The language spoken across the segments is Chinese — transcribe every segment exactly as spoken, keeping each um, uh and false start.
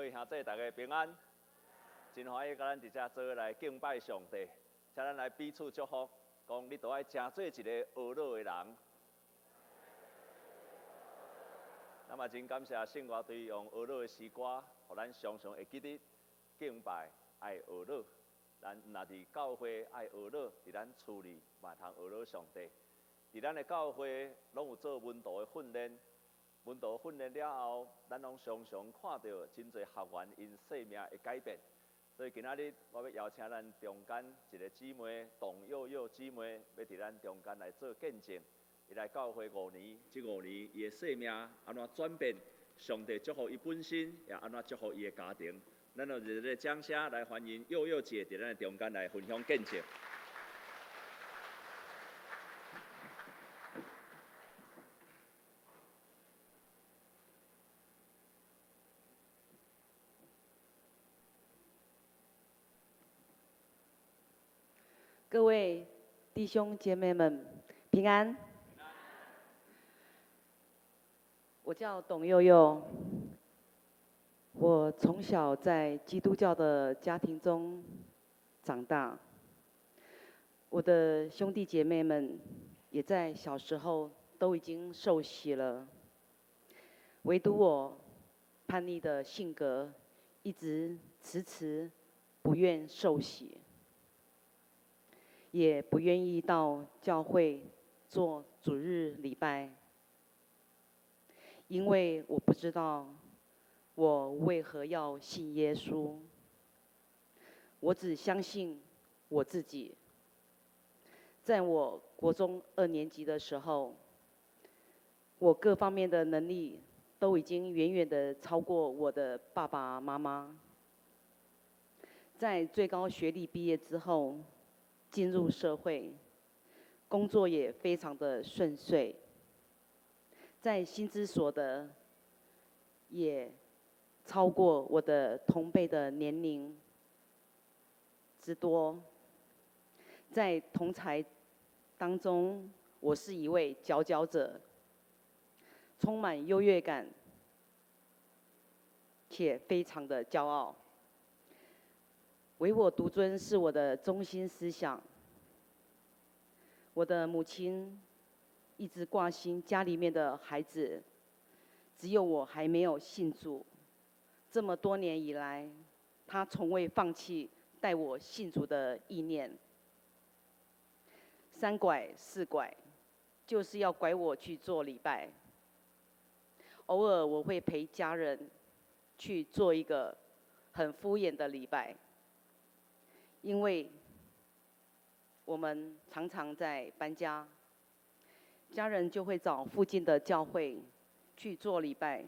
各位兄弟大家平安，真欢喜甲咱伫遮做伙来敬拜上帝，请咱来彼此祝福，讲你都爱成做一个学老的人。那么真感谢圣乐队用学老的诗歌，互咱常常会记得敬拜爱学老。咱若伫教会爱学老，伫咱厝里嘛通学老上帝。伫咱的教会拢有做文道的训练。 文道训练了后，咱拢常常看到真侪学员因生命的改变。所以今仔日我要邀请咱中间一个姊妹董佑佑姊妹，要伫咱中间来做见证。伊来教会五年，这五年伊的生命安怎转变？上帝祝福伊本身，也安怎祝福伊的家庭。咱就热烈掌声来欢迎佑佑姐伫咱的中间来分享见证。 各位弟兄姐妹们，平安。我叫董佑佑，我从小在基督教的家庭中长大。我的兄弟姐妹们也在小时候都已经受洗了，唯独我叛逆的性格，一直迟迟不愿受洗。 也不愿意到教会做主日礼拜，因为我不知道我为何要信耶稣。我只相信我自己。在我国中二年级的时候，我各方面的能力都已经远远的超过我的爸爸妈妈。在最高学历毕业之后， 进入社会，工作也非常的顺遂，在薪资所得也超过我的同辈的年龄之多，在同才当中，我是一位佼佼者，充满优越感，且非常的骄傲。 唯我独尊是我的中心思想。我的母亲一直挂心家里面的孩子，只有我还没有信主。这么多年以来，她从未放弃带我信主的意念。三拐四拐，就是要拐我去做礼拜。偶尔我会陪家人去做一个很敷衍的礼拜。 因为我们常常在搬家，家人就会找附近的教会去做礼拜。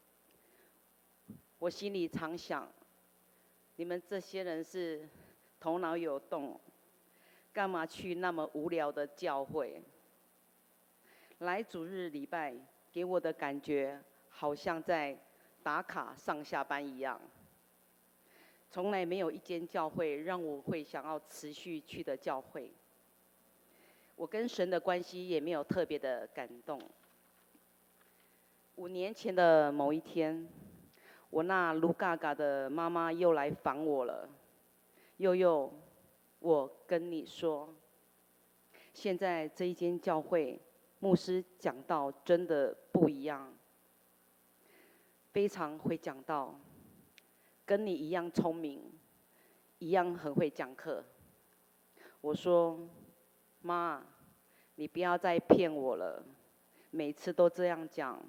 我心里常想，你们这些人是头脑有洞，干嘛去那么无聊的教会？来主日礼拜，给我的感觉好像在打卡上下班一样。 从来没有一间教会让我会想要持续去的教会。我跟神的关系也没有特别的感动。五年前的某一天，我那卢嘎嘎的妈妈又来访我了。佑佑，我跟你说，现在这一间教会牧师讲道真的不一样，非常会讲道。 跟你一样聪明，一样很会讲课。我说，妈，你不要再骗我了，每次都这样讲，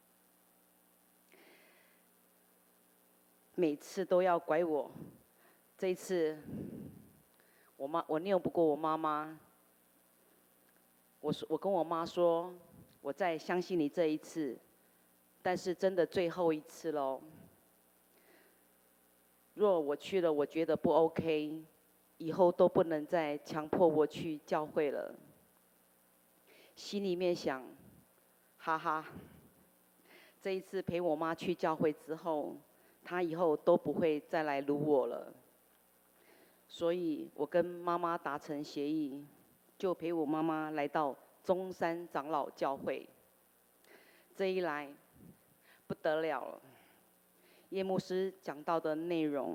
每次都要拐我。这一次，我妈我拗不过我妈妈，我说我跟我妈说，我再相信你这一次，但是真的最后一次喽。 若我去了，我觉得不 OK， 以后都不能再强迫我去教会了。心里面想，哈哈，这一次陪我妈去教会之后，她以后都不会再来撸我了。所以我跟妈妈达成协议，就陪我妈妈来到中山长老教会。这一来，不得了了。 叶牧师讲到的内容，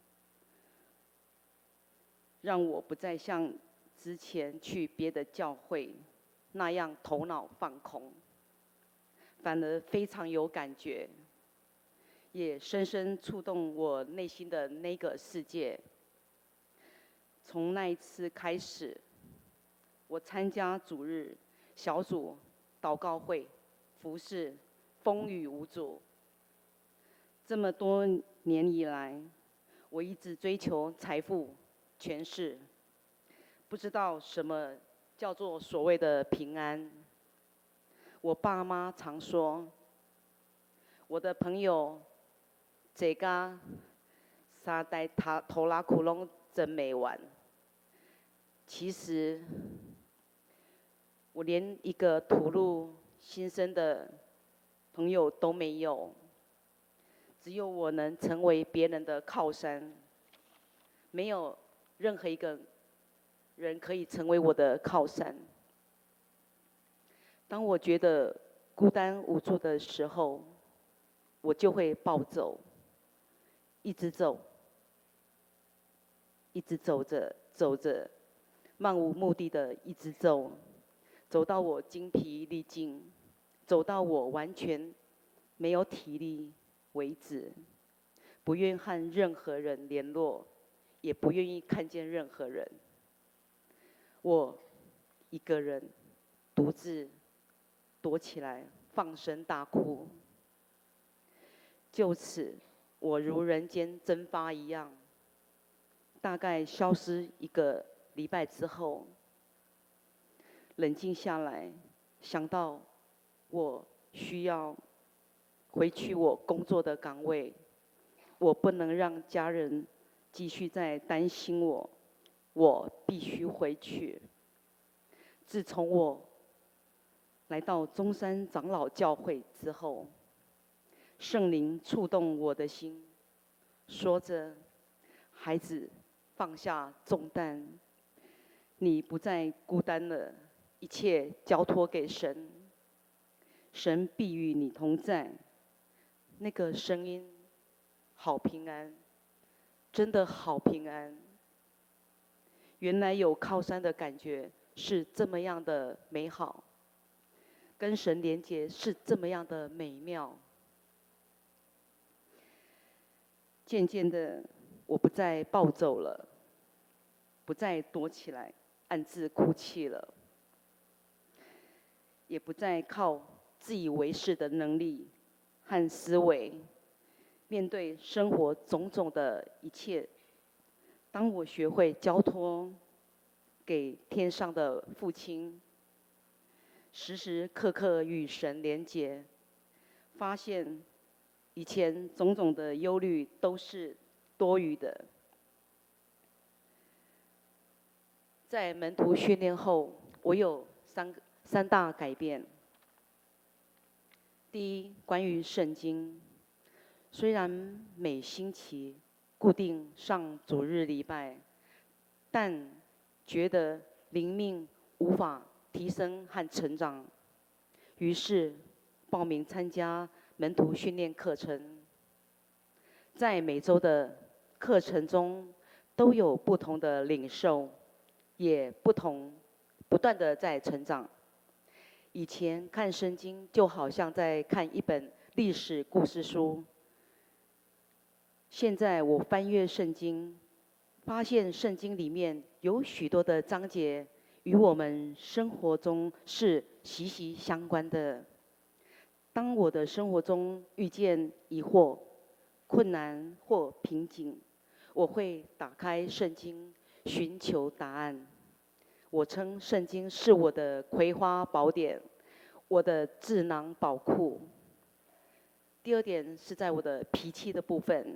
让我不再像之前去别的教会那样头脑放空，反而非常有感觉，也深深触动我内心的那个世界。从那一次开始，我参加主日小组祷告会服事，风雨无阻。这么多年以来，我一直追求财富、权势，不知道什么叫做所谓的平安。我爸妈常说，我的朋友这个三代他头拉苦拢真没完。其实，我连一个吐露心声的朋友都没有，只有我能成为别人的靠山，没有任何一个人可以成为我的靠山。当我觉得孤单无助的时候，我就会暴走，一直走，一直走着走着，漫无目的的一直走，走到我精疲力尽，走到我完全没有体力为止，不愿和任何人联络，也不愿意看见任何人。我一个人独自躲起来，放声大哭。就此，我如人间蒸发一样，大概消失一个礼拜之后，冷静下来，想到我需要回去我工作的岗位，我不能让家人继续在担心我，我必须回去。自从我来到中山长老教会之后，圣灵触动我的心，说着：“孩子，放下重担，你不再孤单了，一切交托给神，神必与你同在。”那个声音，好平安，真的好平安。原来有靠山的感觉是这么样的美好，跟神连结是这么样的美妙。渐渐的，我不再暴走了，不再躲起来暗自哭泣了，也不再靠自以为是的能力和思维面对生活种种的一切。当我学会交托给天上的父亲，时时刻刻与神连结，发现以前种种的忧虑都是多余的。在门徒训练后，我有三个三大改变。第一，关于圣经，虽然每星期固定上主日礼拜，但觉得灵命无法提升和成长，于是报名参加门徒训练课程。在每周的课程中，都有不同的领受，也不同，不断的在成长。以前看圣经就好像在看一本历史故事书，现在我翻阅圣经，发现圣经里面有许多的章节与我们生活中是息息相关的。当我的生活中遇见疑惑、困难或瓶颈，我会打开圣经，寻求答案。我称圣经是我的葵花宝典，我的智囊宝库。第二点是在我的脾气的部分，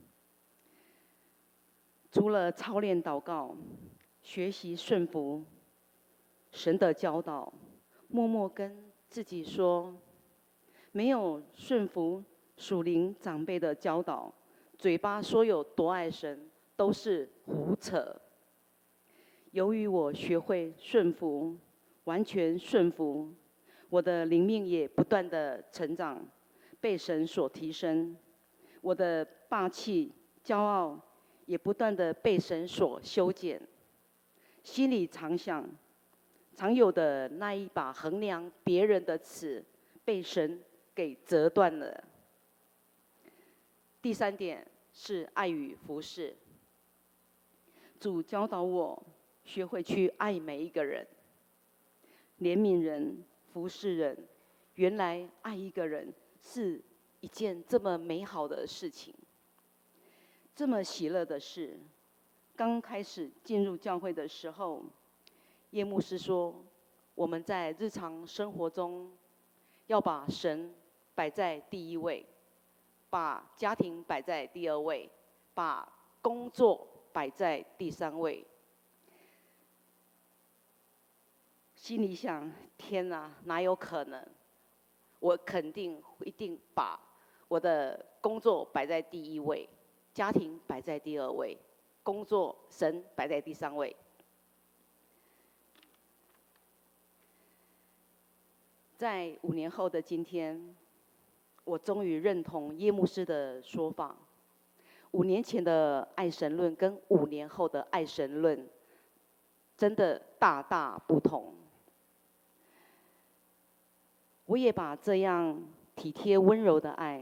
除了操练祷告、学习顺服神的教导，默默跟自己说，没有顺服属灵长辈的教导，嘴巴说有多爱神都是胡扯。由于我学会顺服，完全顺服，我的灵命也不断的成长，被神所提升。 我的霸气、骄傲也不断的被神所修剪，心里常想，常有的那一把衡量别人的尺，被神给折断了。第三点是爱与服侍。主教导我学会去爱每一个人，怜悯人，服侍人。原来爱一个人是一件这么美好的事情，这么喜乐的事。刚开始进入教会的时候，叶牧师说，我们在日常生活中要把神摆在第一位，把家庭摆在第二位，把工作摆在第三位。心里想，天哪，哪有可能？我肯定一定把我的工作摆在第一位，家庭摆在第二位，工作神摆在第三位。在五年后的今天，我终于认同叶牧师的说法。五年前的爱神论跟五年后的爱神论，真的大大不同。我也把这样体贴温柔的爱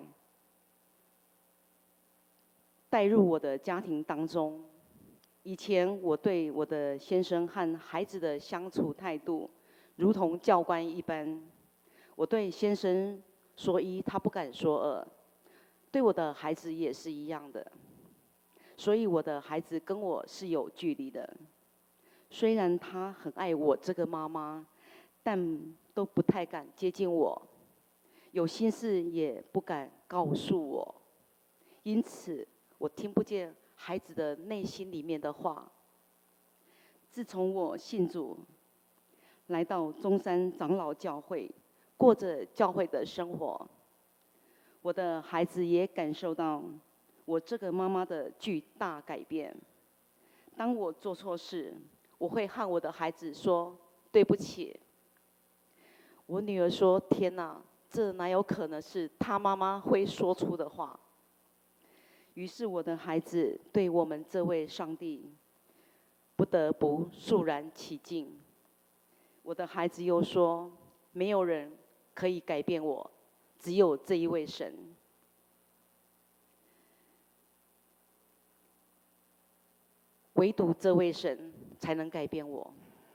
带入我的家庭当中。以前我对我的先生和孩子的相处态度，如同教官一般。我对先生说一，他不敢说二；对我的孩子也是一样的。所以我的孩子跟我是有距离的。虽然他很爱我这个妈妈，但都不太敢接近我，有心事也不敢告诉我，因此我听不见孩子的内心里面的话。自从我信主，来到中山长老教会，过着教会的生活，我的孩子也感受到我这个妈妈的巨大改变。当我做错事，我会和我的孩子说对不起。我女儿说：“天哪，这哪有可能是她妈妈会说出的话？”于是我的孩子对我们这位上帝不得不肃然起敬。我的孩子又说：“没有人可以改变我，只有这一位神。”唯独这位神才能改变我。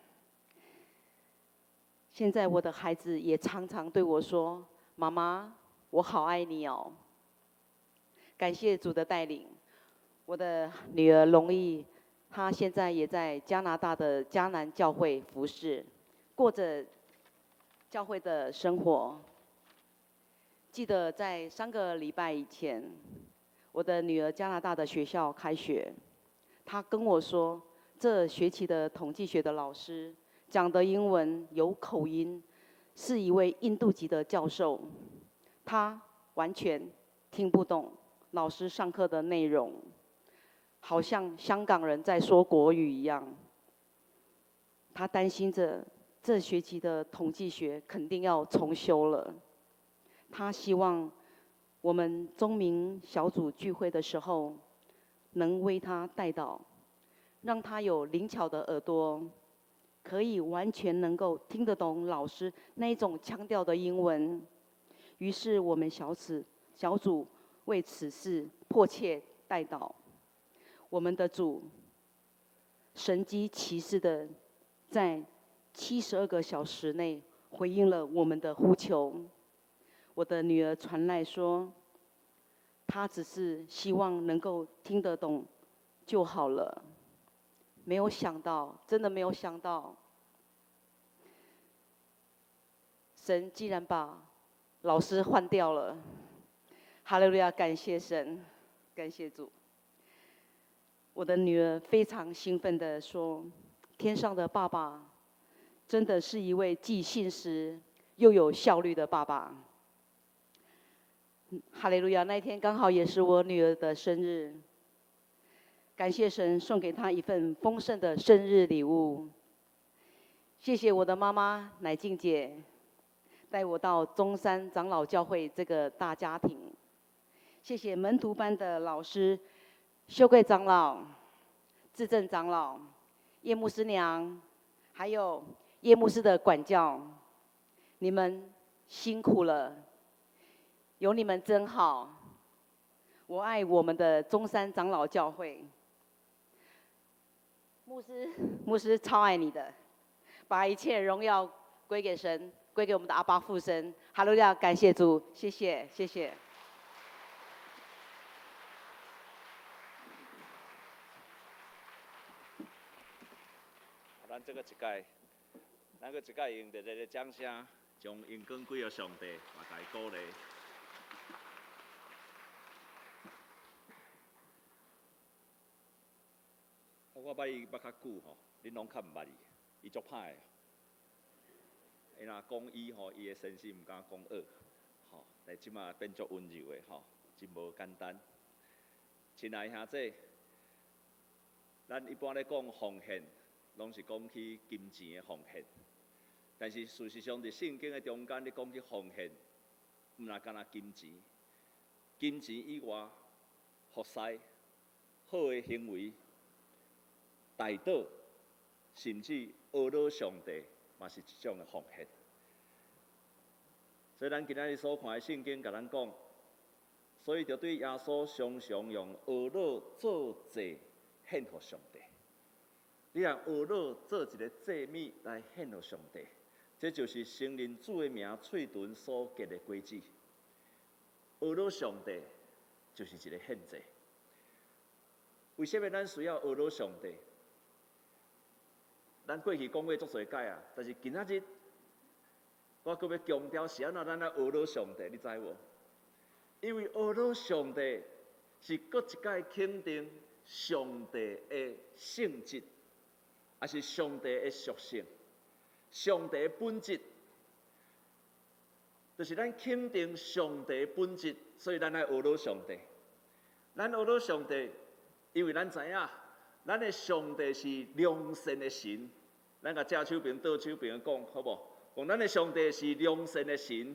现在我的孩子也常常对我说：“妈妈，我好爱你哦。”感谢主的带领，我的女儿龙毅，她现在也在加拿大的迦南教会服侍，过着教会的生活。记得在三个礼拜以前，我的女儿加拿大的学校开学，她跟我说，这学期的统计学的老师讲的英文有口音，是一位印度籍的教授，他完全听不懂老师上课的内容，好像香港人在说国语一样。他担心着这学期的统计学肯定要重修了。他希望我们中明小组聚会的时候，能为他代祷，让他有灵巧的耳朵，可以完全能够听得懂老师那一种腔调的英文。于是我们小组小组为此事迫切代祷。我们的主神机骑士的在七十二个小时内回应了我们的呼求。我的女儿传来说，她只是希望能够听得懂就好了。没有想到，真的没有想到，神既然把老师换掉了。哈利路亚，感谢神，感谢主。我的女儿非常兴奋地说，天上的爸爸真的是一位既信实又有效率的爸爸。哈利路亚，那一天刚好也是我女儿的生日，感谢神送给她一份丰盛的生日礼物。谢谢我的妈妈乃静姐，带我到中山长老教会这个大家庭。 谢谢门徒班的老师、修贵长老、智正长老、叶牧师娘，还有叶牧师的管教，你们辛苦了，有你们真好。我爱我们的中山长老教会，牧师，牧师超爱你的，把一切荣耀归给神，归给我们的阿爸父神。哈利路亚，感谢主，谢谢，谢谢。 咱这个一届，咱个一届用热烈的掌声，将荣光归给上帝，也甲伊鼓励。我捌伊捌较久吼，恁拢较毋捌伊，伊足歹的。伊若讲伊吼，伊的身世毋敢讲恶，吼，但即马变足温柔的吼，真无简单。亲爱兄弟，咱一般咧讲奉献，拢是讲起金钱的奉献，但是事实上，伫圣经的中间，你讲起奉献，毋若干若金钱，金钱以外，服侍、好的行为。代祷，甚至阿罗上帝，嘛是一种的奉献。所以咱今仔日所看的圣经，甲咱讲，所以就对耶稣常常用阿罗做祭献给上帝。你让阿罗做一个祭物来献给上帝，这就是圣灵主的名喙唇所结的果子。阿罗上帝就是一个献祭。为什么咱需要阿罗上帝？咱过去讲过足侪解啊，但是今仔日我搁要强调是安怎咱来学罗上帝，你知无？因为学罗上帝是搁一届肯定上帝的性质，也是上帝的属性，上帝的本质，就是咱肯定上帝的本质，所以咱来学罗上帝。咱学罗上帝，因为咱知影。咱的上帝是良善的神，咱甲正手边、倒手边讲，好无？讲咱的上帝是良善的神，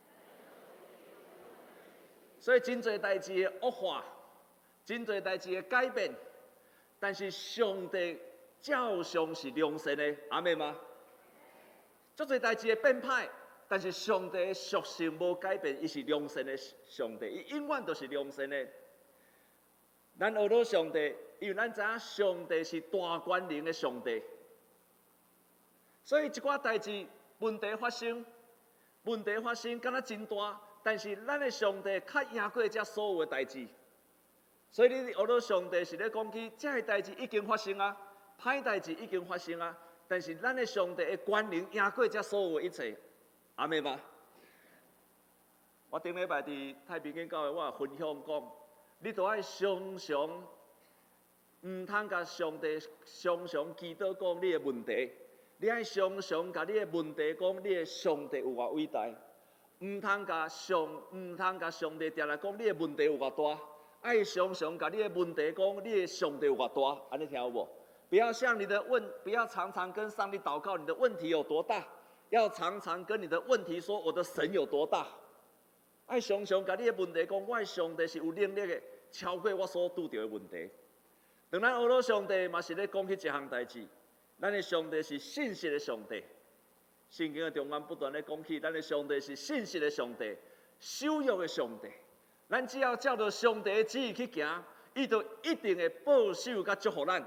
所以真侪代志的恶化，真侪代志的改变，但是上帝照常是良善的，阿妹吗？足侪代志的变歹，但是上帝的属性无改变，伊是良善的上帝，伊永远都是良善的。咱学到上帝。因为咱知影上帝是大权能的上帝，所以一寡代志问题发生，问题发生敢若真大，但是咱的上帝较赢过这所有的代志。所以你学到上帝是咧讲起，这个代志已经发生啊，歹代志已经发生啊，但是咱的上帝的权能赢过这所有的一切，阿妹吗？我顶礼拜伫太平间教会，我分享讲，你都爱常常。毋通甲上帝常常祈祷讲你的问题，你爱常常甲你的问题讲你的上帝有偌伟大，毋通甲上毋通甲上帝定来讲你的问题有偌大，爱常常甲你的问题讲你的上帝有偌大，安尼听有无？不要向你的问，不要常常跟上帝祷告你的问题有多大，要常常跟你的问题说我的神有多大。爱常常甲你的问题讲，我的上帝是有能力的，超过我所拄到的问题。当咱学到上帝，嘛是咧讲起一项代志。咱的上帝是信实的上帝。圣经的中间不断咧讲起，咱的上帝是信实的上帝，守约的上帝。咱只要照着上帝的旨意去行，伊就一定会保守甲祝福咱。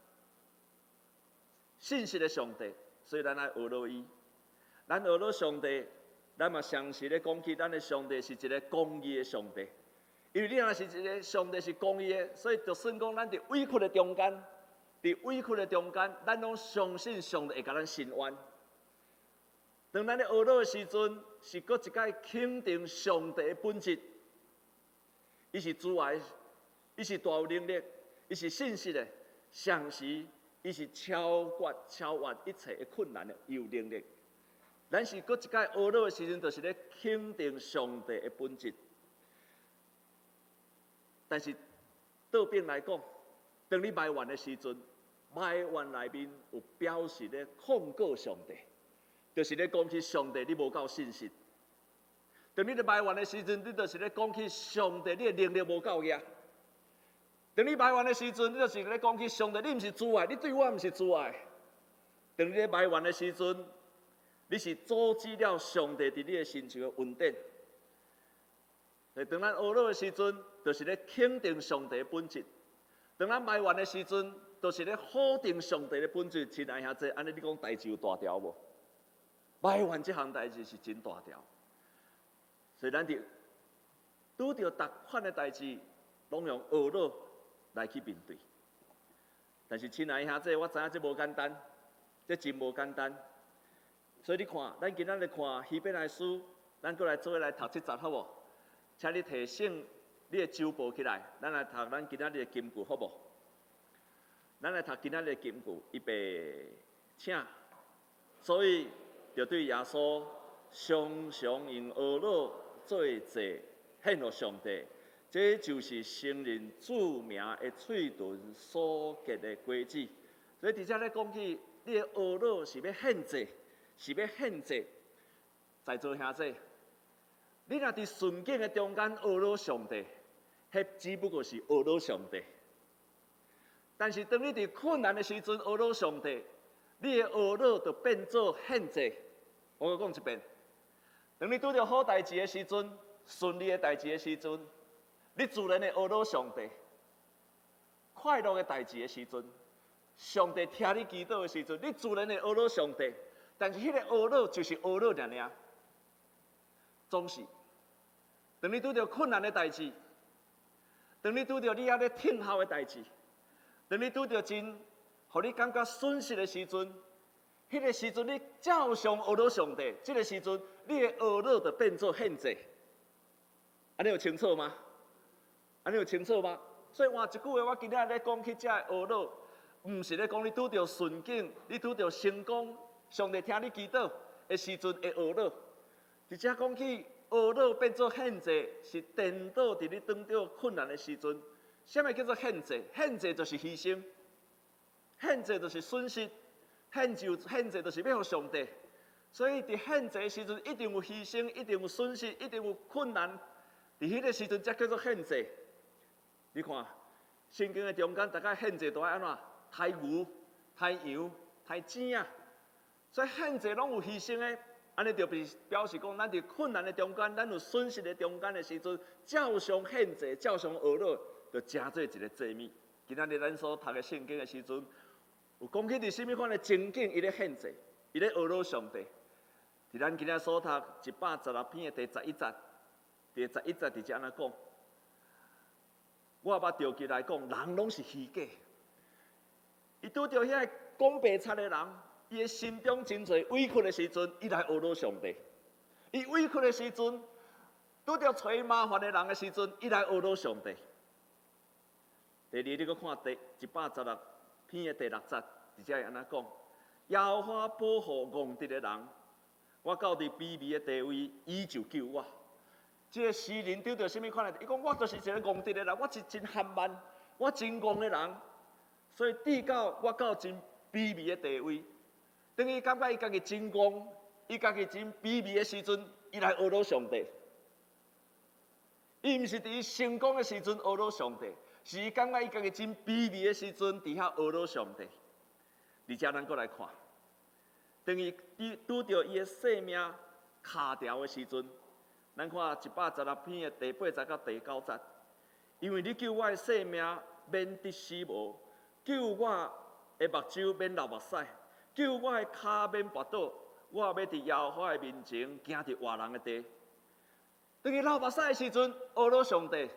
信实的上帝，所以咱来学到伊。咱学到上帝，咱嘛详细咧讲起，咱的上帝是一个公义的上帝。因为你若是一个上帝是公义的，所以就算讲咱伫委屈的中间，伫委屈的中间，咱拢相信上帝会甲咱伸冤。当咱咧学到的时阵，是搁一届肯定上帝的本质，伊是主爱，伊是大有能力，伊是信实的，上时伊是超越超越一切的困难的，有能力。咱是搁一届学到的时阵，就是咧肯定上帝的本质。但是倒边来讲，当你埋怨的时阵，埋怨内面有表示咧控告上帝，就是咧讲起上帝你无够信实。 当你咧埋怨的时阵，你就是咧讲起上帝，你的能力无够呀。当你埋怨的时阵，你就是咧讲起上帝，你毋是主爱，你对我毋是主爱。当你咧埋怨的时阵，你是阻止了上帝伫你的身上的恩典。所以当咱懊恼的时阵，就是咧肯定上帝的本质；当咱埋怨的时阵，就是咧否定上帝的本质。亲爱兄弟，安尼你讲代志有大条无？埋怨这项代志是真大条。所以咱伫拄着逐款的代志，拢用懊恼来去面对。但是亲爱兄弟，我知影这无简单，这真无简单。所以你看，咱今仔日看希伯来书，咱过来做伙来读这节好无？请你提醒你的周报起来，咱来读咱今仔日的金句好无？咱来读今仔日的金句，预备，请。所以就对耶稣常常用懊恼做祭献给上帝，这就是圣人著名的嘴唇所结的果子。所以伫遮咧讲起，你的懊恼是要献祭，是要献祭。在座兄弟，你若伫顺境的中间懊恼上帝，迄只不过是懊恼上帝。但是当你伫困难的时阵懊恼上帝，你的懊恼就变做献祭。我讲一遍，当你拄着好代志的时阵，顺利的代志的时阵，你自然会懊恼上帝；快乐的代志的时阵，上帝听你祈祷的时阵，你自然会懊恼上帝。但是迄个懊恼就是懊恼尔尔。总是，当你拄着困难的代志，当你拄着你还咧听候的代志，当你拄着真，互你感觉损失的时阵，迄个时阵你照常懊恼上帝。这个时阵，你的懊恼就变做献祭。安尼有清楚吗？安尼有清楚吗？所以换一句话，我今仔咧讲起这懊恼，毋是咧讲你拄着顺境，你拄着成功，上帝听你祈祷的时阵会懊恼。伫遮讲起懊恼变做献祭，是颠倒伫你当着困难的时阵。什么叫做献祭？献祭就是牺牲，献祭就是损失，献祭献祭就是要互上帝。所以伫献祭的时阵，一定有牺牲，一定有损失，一定有困难。伫迄个时阵才叫做献祭。你看，圣经的中间，大概献祭都爱安怎？杀牛、杀羊、杀钱啊！所以献祭拢有牺牲的。安尼就表示讲，咱伫困难的中间，咱有损失的中间的时阵，照常献祭，照常懊恼，就成做一个祭物。今仔日咱所读的圣经的时阵，有讲起伫什么款的情景，伊咧献祭，伊咧懊恼上帝。伫咱今仔所读一百十六篇的第十一节，第十一节伫遮安尼讲，我捌调起来讲，人拢是虚假。伊拄着遐讲白贼的人。伊的心中真侪委屈的时阵，伊来懊恼上帝；伊委屈的时阵，拄着找麻烦的人的时阵，伊来懊恼上帝。第二，你搁看第一百十六篇的第六节，直接安尼讲：耶和华保护戇直的人，我到伫卑微的地位，伊就救我。这个诗人拄着什么款的？伊讲我就是一个戇直的人，我是真憨慢，我真戆的人，所以至到我到真卑微的地位。等于感觉伊家己真戆，伊家己真卑微的时阵，伊来懊恼上帝。伊毋是伫伊成功的时阵懊恼上帝，是伊感觉伊家己真卑微的时阵，伫遐懊恼上帝。而且咱过来看，等于伊拄着伊的性命卡掉的时阵，咱看一百十六篇的第八节到第九节，因为你救我的性命免得死无，救我的目睭免流目屎。救我的骹免跋倒，我要伫耶和华的面前行伫活人的地。当伊流目屎的时阵，懊恼上帝。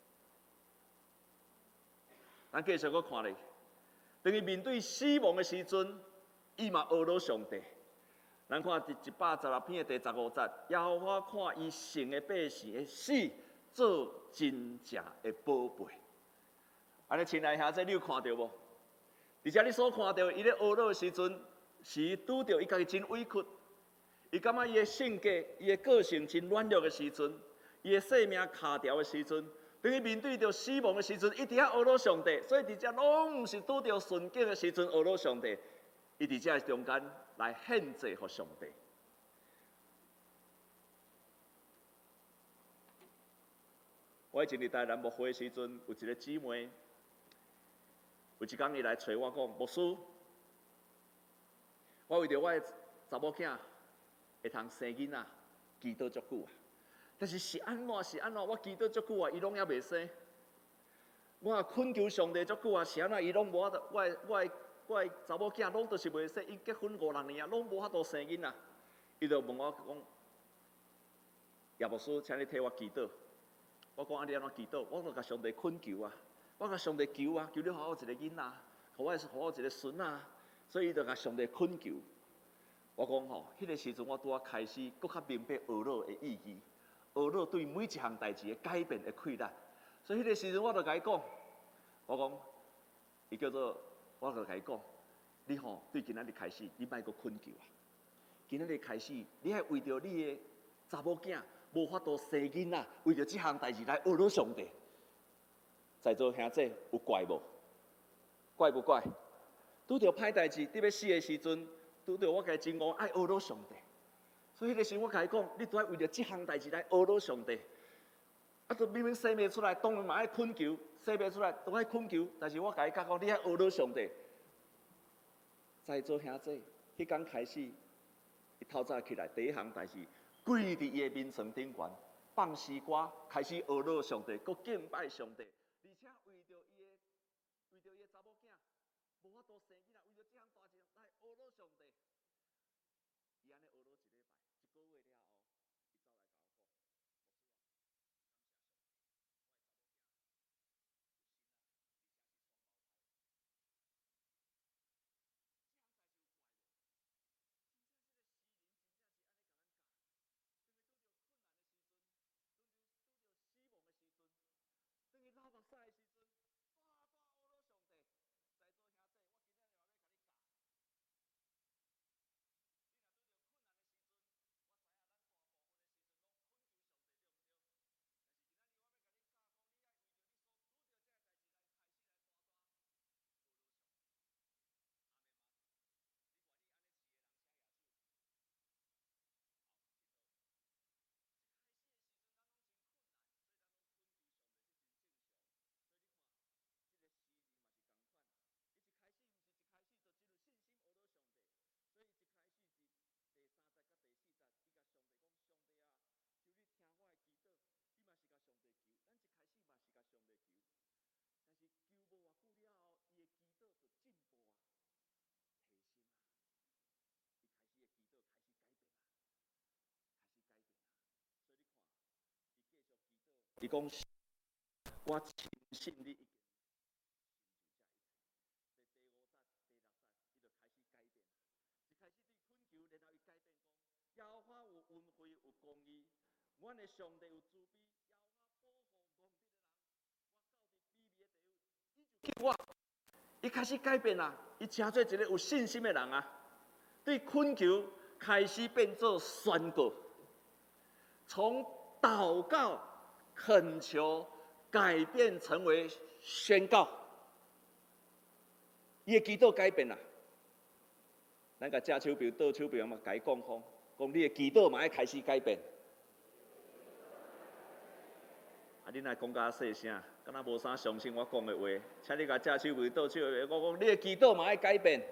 咱继续搁看咧，当伊面对死亡的时阵，伊嘛懊恼上帝。咱看第一百十六篇的第十五节，耶和华看伊神的百姓的死，做真正的宝贝。安尼，亲爱兄弟，你有看到无？而且你所看到，伊咧懊恼的时阵，是拄着伊家己真委屈，伊感觉伊的性格、伊的个性真软弱的时阵，伊的性命卡掉的时阵，当伊面对着死亡的时阵，伊伫遐懊恼上帝。所以伫遮拢毋是拄着顺境的时阵懊恼上帝，伊伫遮中间来献祭互上帝。 我以前伫台南牧会的时阵，有一个姊妹，有一天伊来找我讲，牧师，我为着我的查某囝会通生囡仔，祈祷足久啊。但是是安怎是安怎，我祈祷足久啊，伊拢还袂生。我也恳求上帝足久啊，是安怎伊拢无法度，我的我的我的查某囝拢都是袂生，伊结婚五六年啊，拢无法度生囡仔。伊就问我讲，叶牧师，请你替我祈祷。我讲安尼安怎祈祷？我就甲上帝恳求啊，我甲上帝求啊，求你互我一个囡仔，互我互我一个孙啊。所以伊就甲上帝恳求。我讲吼，迄、那个时阵我拄啊开始，搁较明白学乐的意义，学乐对每一项代志的改变的困难。所以迄个时阵我就甲伊讲，我讲，伊叫做，我就甲伊讲，你吼对今仔日开始，你莫搁恳求啊。今仔日开始，你爱为着你的查某囝无法度生囡仔，为着即项代志来学乐上帝。在座兄弟有怪无？怪不怪？拄着歹代志，伫要死的时阵，拄着我家真悟爱学乐上帝。所以迄个时我甲伊讲，你都爱为着即项代志来学乐上帝。啊，都明明生袂出来，当然嘛爱恳求，生袂出来都爱恳求。但是我甲伊讲讲，你爱学乐上帝。在座兄弟，迄天开始，伊透早起来第一项代志。跪伫伊的面床顶悬，放诗歌，开始学乐上帝，搁敬拜上帝，而且为着伊的，为着伊的查某囝，无法度生囡仔，为着这项大事来学乐上帝。伊安尼学乐一礼拜，一个月了后，伊走来甲我讲，牧师啊，感谢上帝，我的查某囝有新啊，而且是双胞胎。这项代志有怪无？真正这个死人真正是安尼甲咱教，等于老目屎的时阵，大大学乐上帝，在座兄弟，我今仔日嘛要甲你教。你若拄着困难的时阵，我知影咱大部分的时阵拢恳求上帝，对不对？但是今仔日我要甲你教，讲你爱为着你所拄着这个代志来开始来大大学乐上帝。阿妹吗？你愿意安尼饲的人写野手？好，真好。一开始的时阵，咱拢真困难，所以咱拢恳求上帝，这真正常。所以你看，这个诗人嘛是同款，伊一开始毋是一开始就真有信心学乐上帝，所以一开始伫第三节甲第四节，伊甲上帝讲：上帝啊，求你听我的祈祷。伊嘛是甲上帝求，咱一开始嘛是甲上帝求，但是求无偌久了后，伊的祈祷就进步啊，提升啊，伊开始的祈祷开始改变啊，开始改变啊。所以你看，伊继续祈祷，伊讲：我深信你已经成就这一切。所以第五节、第六节，伊就开始改变。一开始对恳求，然后伊改变讲：耶和华有恩惠，有公义，阮的上帝有慈悲，耶和华保护憨直的人，我到伫卑微的地位，伊就救我。伊开始改变啊，伊成做一个有信心的人啊。对恳求开始变做宣告，从祷告、恳求改变成为宣告。伊的祈祷改变啦。咱甲正手表、倒手表嘛，甲伊讲讲，讲你的祈祷嘛要开始改变。啊，你若讲甲细声，敢若无啥相信我讲的话，请你甲正手表、倒手表，我讲你的祈祷嘛要改变。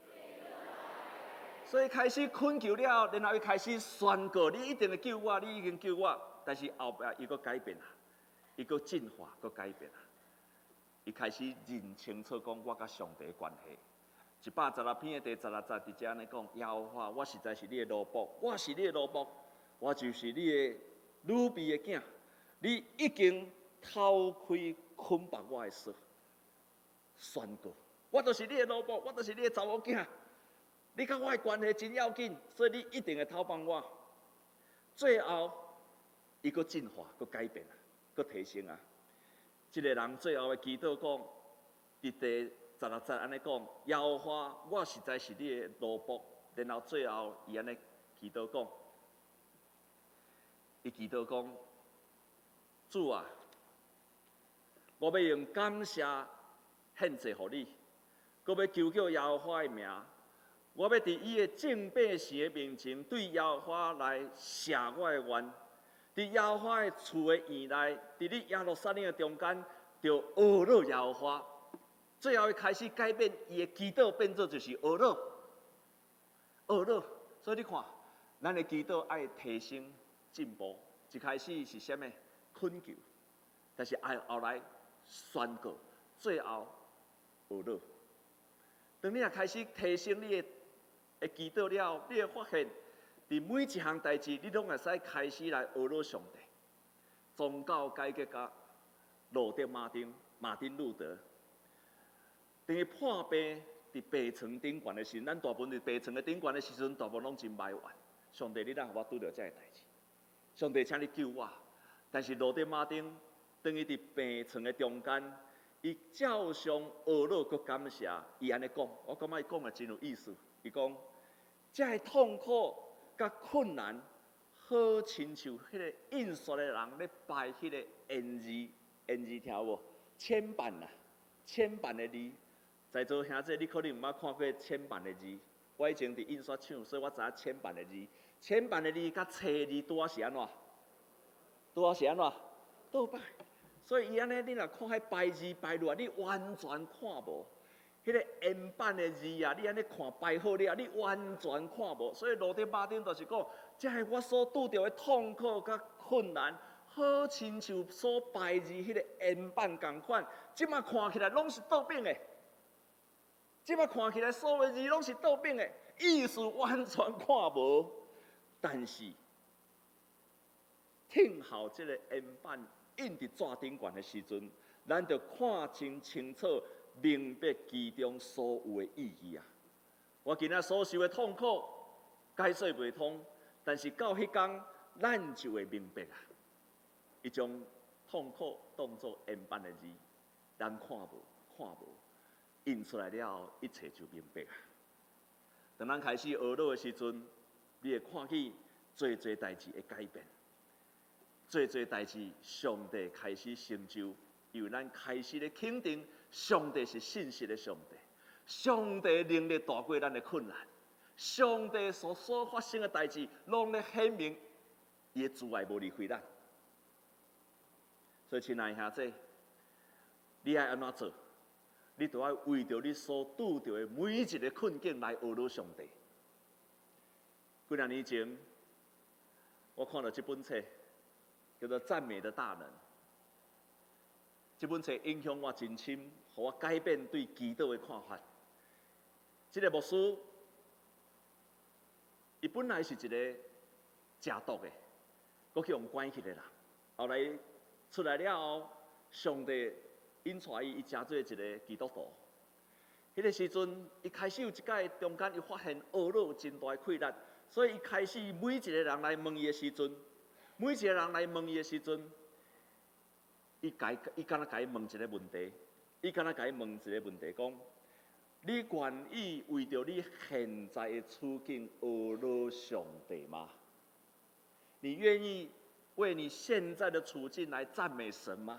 所以开始恳求了，然后伊开始宣告：你一定会救我，你已经救我。但是后壁伊佫改变啦，伊佫进化，佫改变啦。伊开始认清楚讲我甲上帝的关系。一百十六篇的第十六节，伫遮安尼讲：耶和华，我实在是你的奴仆，我是你的奴仆，我就是你的女婢的囝。你已经偷开捆绑我的手，宣告：我就是你的奴仆，我就是你的查某囝。你甲我的关系真要紧，所以你一定会偷帮我。最后，伊佫进化，佫改变啊，佫提升啊。一个人最后的祈祷讲，伫第十六节安尼讲：耶和华，我实在是你的奴仆。然后最后伊安尼祈祷讲，伊祈祷讲：主啊，我要用感谢献祭予你，佮要求叫耶和华的名。我要伫伊的正百姓的面前，对耶和华来谢我的愿， 伫耶和华的厝的院内，伫你耶路撒冷的中间，就学了耶和华。最后，伊开始改变伊的祈祷，变做就是学了，学了。所以你看，咱的祈祷爱提升进步。一开始是啥物？恳求，但是爱后来宣告，最后学了。当你也开始提升你的的祈祷了，你会发现，伫每一项代志，你拢会使开始来学了上帝。宗教改革家路德马丁马丁路德，等于破病伫病床顶悬的时阵，咱大部分伫病床的顶悬的时阵，大部分拢真埋怨。上帝，你哪互我拄着这个代志？上帝，请你救我。但是路德马丁当伊伫病床的中间，伊照常学了，佮感谢。伊安尼讲，我感觉伊讲的真有意思。伊讲，这个痛苦甲困难，好亲像迄个印刷的人咧摆迄个胭字，胭字条无？铅版啊，铅版的字。在座兄弟，你可能毋捌看过铅版的字。我以前伫印刷厂，所以我知影铅版的字。铅版的字甲册字拄啊是安怎？拄啊是安怎？倒摆。所以伊安尼，你若看迄白字摆落来，你完全看无。迄个原版的字啊，你安尼看摆好了，你完全看无。所以路德马丁就是讲，这是我所拄着的痛苦甲困难，好亲像所摆字迄个原版共款。即马看起来拢是倒变的，即马看起来所有字拢是倒变的，意思完全看无。但是，听候这个原版印伫纸顶悬的时阵，咱就看清清楚。明白其中所有的意义啊！我今仔所受的痛苦，解说袂通，但是到迄天，咱就会明白啊！伊将痛苦当作原版的字，咱看无看无，印出来了后，一切就明白啊！当咱开始学了的时阵，你会看见最最代志的改变，最最代志上帝开始成就。因为咱开始咧肯定，上帝是信实的上帝，上帝能力大过咱的困难，上帝所所发生的代志，拢咧显明伊的慈爱无离开咱。所以，亲爱的兄弟，你爱安怎做？你就要为着你所拄着的每一个困境来学了上帝。几两年前，我看到这本册，叫做《赞美的大能》。这本册影响我真深，予我改变对祈祷的看法。这个牧师，伊本来是一个食毒的，搁去用关起的人。后来出来了后，上帝引带伊，伊成做一个基督徒。迄个时阵，伊开始有一届中间，伊发现学了有真大的困难，所以伊开始每一个人来问伊的时阵，每一个人来问伊的时阵。伊改，伊敢若甲伊问一个问题，伊敢若甲伊问一个问题，讲：你愿意为着你现在的处境学了上帝吗？你愿意为你现在的处境来赞美神吗？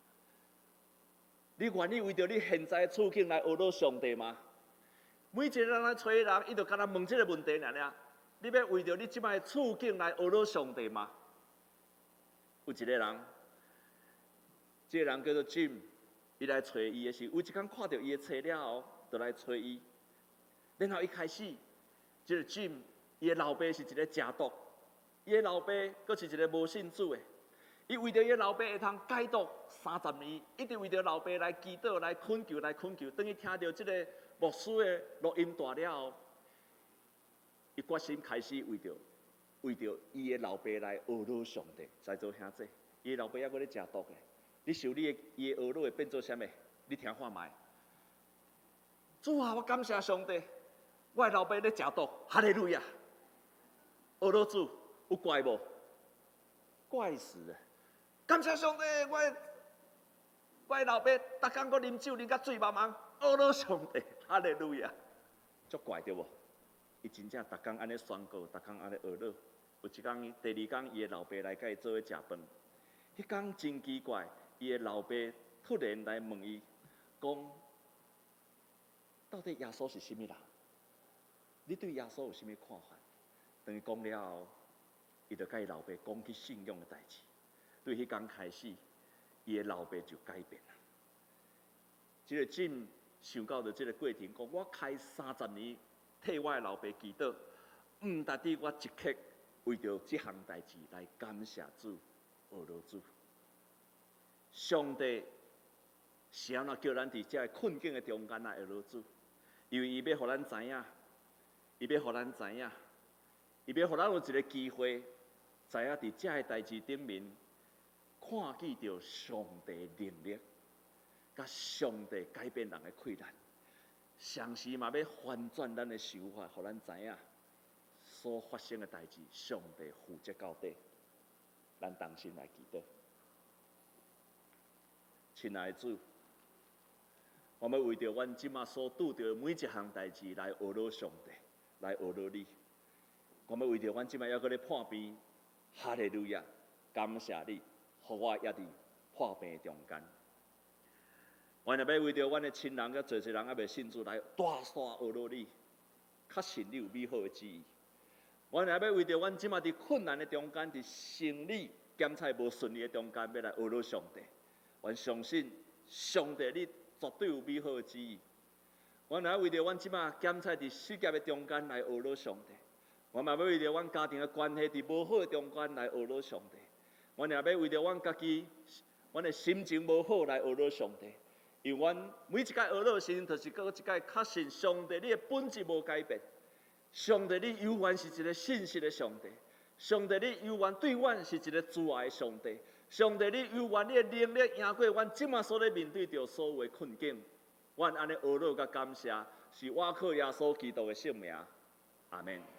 你愿意为着你现在的处境来学了上帝吗？每一个人来找人，伊就敢若问这个问题尔尔。你要为着你即摆的处境来学了上帝吗？有一个人。这个人叫做 Jim， 伊来找伊的时，有一天看到伊的册了后，就来找伊。然后一开始，这个 Jim， 伊的老爸是一个食毒，伊的老爸阁是一个无信主的。伊为着伊的老爸会通戒毒三十年，一直为着老爸来祈祷、来恳求、来恳求。当伊听到这个牧师的录音带了后，伊决心开始为着为着伊的老爸来学了上帝。在座兄弟，伊的老爸还阁咧食毒的。你受你的伊的学了会变做啥物？你听看卖。主啊，我感谢上帝，我的老爸咧食毒，哈利路亚。学了主有怪无？怪死了！感谢上帝，我的我的老爸逐工搁啉酒，啉甲醉茫茫，学了上帝，哈利路亚。足怪对无？伊真正逐工安尼宣告，逐工安尼学了。有一天，第二天，伊的老爸来甲伊做伙食饭。迄天真奇怪。伊的老爸突然来问伊，讲：到底耶稣是甚物人？你对耶稣有甚物看法？当伊讲了后， 伊就甲伊老爸讲起信仰的代志。对迄天开始，伊的老爸就改变了。即、这个进想到着即个过程，讲我开三十年替我的老爸祈祷，毋值得我一刻为着即项代志来感谢主、学罗主。上帝是安怎叫咱伫遮个困境的中间来学罗主？因为伊要互咱知影，伊要互咱知影，伊要互咱有一个机会，知影伫遮个代志顶面，看见着上帝能力，甲上帝改变人的困难。上时嘛要翻转咱的想法，互咱知影所发生的代志，上帝负责到底。咱同心来祈祷。亲爱的主，我们为着阮即马所拄着的每一项代志来学罗上帝，来学罗你。我们为着阮即马还搁咧破病，哈利路亚，感谢你，互我也伫破病中间。我若要为着阮的亲人，甲做一人还未信主来大山学罗你，确信你有美好的旨意。我若要为着阮即马伫困难的中间，伫生理检测无顺利的中间，要来学罗上帝。我相信上帝你绝对有美好的旨意。我若要为着阮即马检测伫事业的中间来学罗上帝。我嘛要为着阮家庭的关系伫无好的中间来学罗上帝。我若要为着阮家己，阮的心情无好来学罗上帝。因为阮每一届学罗的时阵，就是搁一届确信上帝你的本质无改变。上帝你永远是一个信实的上帝。上帝你永远对阮是一个慈爱的上帝。上帝，你永远你的能力赢过阮即马所咧面对着所有的困境，阮安尼学乐甲感谢，是我靠耶稣基督的圣名，阿门。